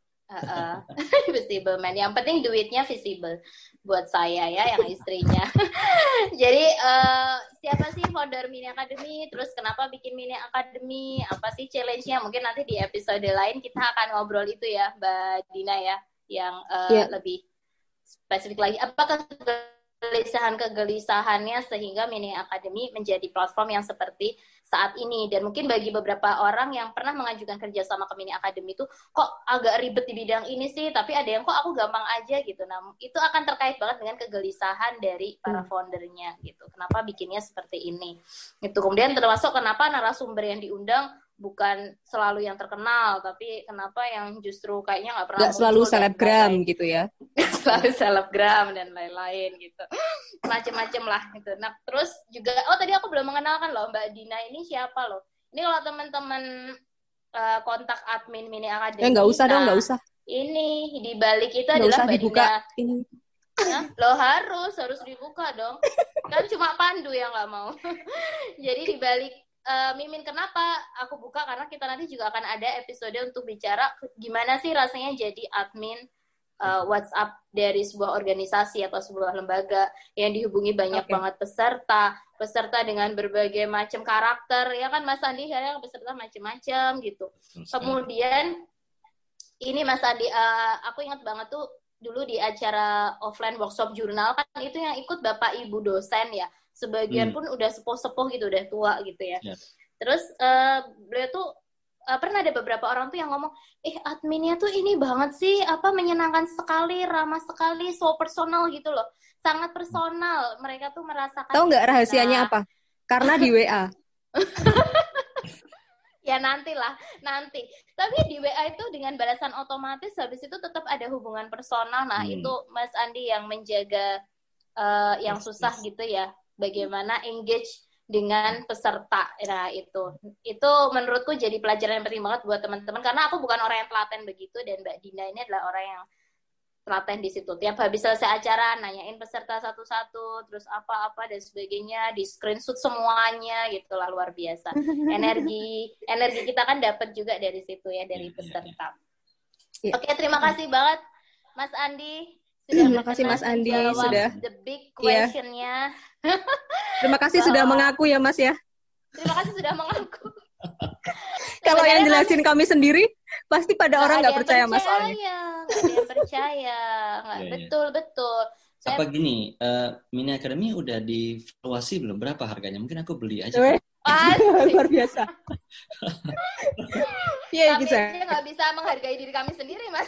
Visible man. Yang penting duitnya visible buat saya ya, yang istrinya. Jadi siapa sih founder Mini Academy? Terus kenapa bikin Mini Academy? Apa sih challenge-nya? Mungkin nanti di episode lain kita akan ngobrol itu ya, Mbak Dina ya, yang lebih spesifik lagi. Apakah kegelisahannya sehingga Mini Academy menjadi platform yang seperti saat ini. Dan mungkin bagi beberapa orang yang pernah mengajukan kerja sama ke Mini Academy itu kok agak ribet di bidang ini sih, tapi ada yang kok aku gampang aja gitu. Nah itu akan terkait banget dengan kegelisahan dari para foundernya gitu, kenapa bikinnya seperti ini itu. Kemudian termasuk kenapa narasumber yang diundang bukan selalu yang terkenal, tapi kenapa yang justru kayaknya nggak pernah nggak selalu selebgram gitu ya. Selalu selebgram dan lain-lain gitu, macem-macem lah gitu. Nah terus juga, tadi aku belum mengenalkan loh Mbak Dina ini siapa loh. Ini kalau teman-teman kontak admin Mini Academy, nggak usah dong, nggak usah. Ini di balik itu nggak adalah usah Mbak dibuka Dina. Ini. Nah, lo harus dibuka dong. Kan cuma Pandu yang nggak mau. Jadi di balik Mimin kenapa aku buka, karena kita nanti juga akan ada episode untuk bicara gimana sih rasanya jadi admin WhatsApp dari sebuah organisasi atau sebuah lembaga yang dihubungi banyak banget peserta dengan berbagai macam karakter ya kan Mas Andi, ya peserta macam-macam gitu. Kemudian ini Mas Andi, aku ingat banget tuh dulu di acara offline workshop jurnal kan itu yang ikut Bapak Ibu dosen ya. Sebagian pun udah sepuh-sepuh gitu, udah tua gitu ya. Terus beliau tuh pernah ada beberapa orang tuh yang ngomong, adminnya tuh ini banget sih, menyenangkan sekali, ramah sekali, so personal gitu loh. Sangat personal. Mereka tuh merasakan. Tahu nggak rahasianya apa? Karena di WA. Ya nanti. Tapi di WA itu dengan balasan otomatis, habis itu tetap ada hubungan personal. Nah itu Mas Andi yang menjaga yang susah gitu ya. Bagaimana engage dengan peserta. Nah itu menurutku jadi pelajaran yang penting banget buat teman-teman, karena aku bukan orang yang telaten begitu, dan Mbak Dina ini adalah orang yang telaten di situ. Tiap habis selesai acara nanyain peserta satu-satu, terus apa-apa dan sebagainya, di screenshot semuanya gitu lah, luar biasa. Energi kita kan dapat juga dari situ ya, dari peserta. Oke, terima kasih banget Mas Andi. Terima kasih Mas Andi sudah the big question-nya. Terima kasih sudah mengaku ya Mas ya. Terima kasih sudah mengaku. Kalau yang jelasin kami sendiri, pasti pada orang nggak percaya Mas soalnya. Nggak ada yang percaya. Betul. Apa gini, Mini Academy udah divaluasi belum? Berapa harganya? Mungkin aku beli aja. Luar biasa. Iya, bisa. Kami nggak bisa menghargai diri kami sendiri, Mas.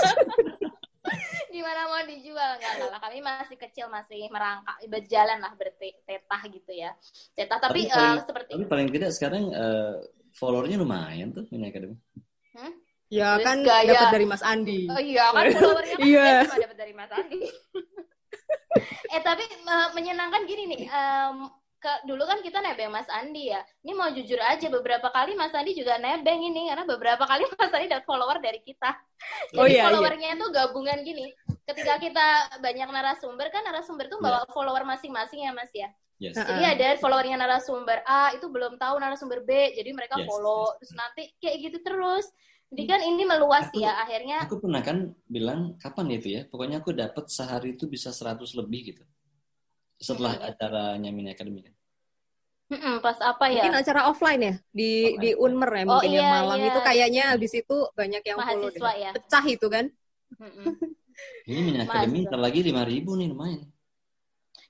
Gimana mau dijual? Nggak lah, kami masih kecil, masih merangkak, berjalan lah, bertetah gitu ya. Tapi paling tidak sekarang followernya lumayan tuh Mini Academy. Ya kan dapat dari Mas Andi. Oh iya kan followernya kan cuma dapat dari Mas Andi. Tapi menyenangkan gini nih. Dulu kan kita nebeng Mas Andi ya. Ini mau jujur aja, beberapa kali Mas Andi juga nebeng ini, karena beberapa kali Mas Andi dapat follower dari kita. Jadi followernya itu gabungan gini. Ketika kita banyak narasumber, kan narasumber tuh bawa follower masing-masing ya Mas ya. Yes. Jadi ada followernya narasumber A itu belum tahu narasumber B, jadi mereka follow. Terus nanti kayak gitu terus. Jadi kan ini meluas ya akhirnya. Aku pernah kan bilang kapan itu ya? Pokoknya aku dapat sehari itu bisa 100 lebih gitu. Setelah acaranya Mini Academy kan. Pas apa ya? Mungkin acara offline ya di Unmer ya mungkin yang Malang itu kayaknya habis itu banyak yang mahasiswa follow ya. Pecah itu kan. Ini Mini Academy ntar lagi 5.000 nih lumayan.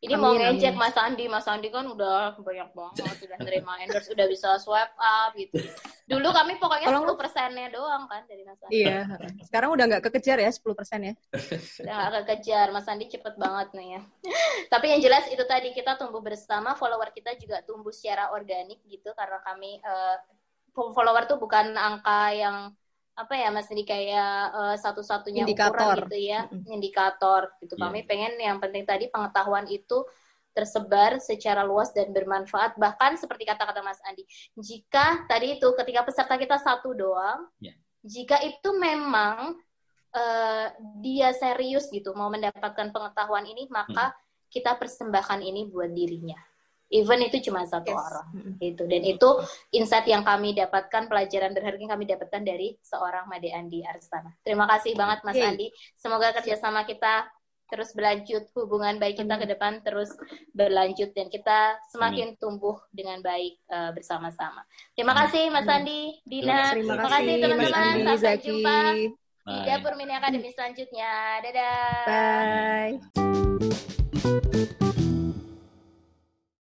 Ini mau ngejek Mas Andi kan udah banyak banget, sudah nerima endorse, udah bisa swipe up gitu. Dulu kami pokoknya 10%-nya doang kan dari Mas Andi. Iya, sekarang udah nggak kekejar ya 10% ya. Udah nggak kekejar, Mas Andi cepet banget nih ya. Tapi yang jelas itu tadi, kita tumbuh bersama, follower kita juga tumbuh secara organik gitu, karena kami follower tuh bukan angka yang apa ya Mas Andi kayak satu-satunya indikator. Ukuran gitu ya, indikator gitu. Kami pengen yang penting tadi pengetahuan itu tersebar secara luas dan bermanfaat. Bahkan seperti kata-kata Mas Andi, jika tadi itu ketika peserta kita satu doang, jika itu memang dia serius gitu mau mendapatkan pengetahuan ini, maka kita persembahkan ini buat dirinya. Even itu cuma satu orang gitu. Dan itu insight yang kami dapatkan, pelajaran berharga yang kami dapatkan dari seorang Made Andi Arstana. Terima kasih banget Mas Andi. Semoga kerjasama kita terus berlanjut, hubungan baik kita ke depan terus berlanjut, dan kita semakin tumbuh dengan baik bersama-sama. Terima kasih Mas Andi, Dina. Terima kasih teman-teman. Sampai jumpa di Bye. Dapur Mini Academy selanjutnya. Dadah. Bye.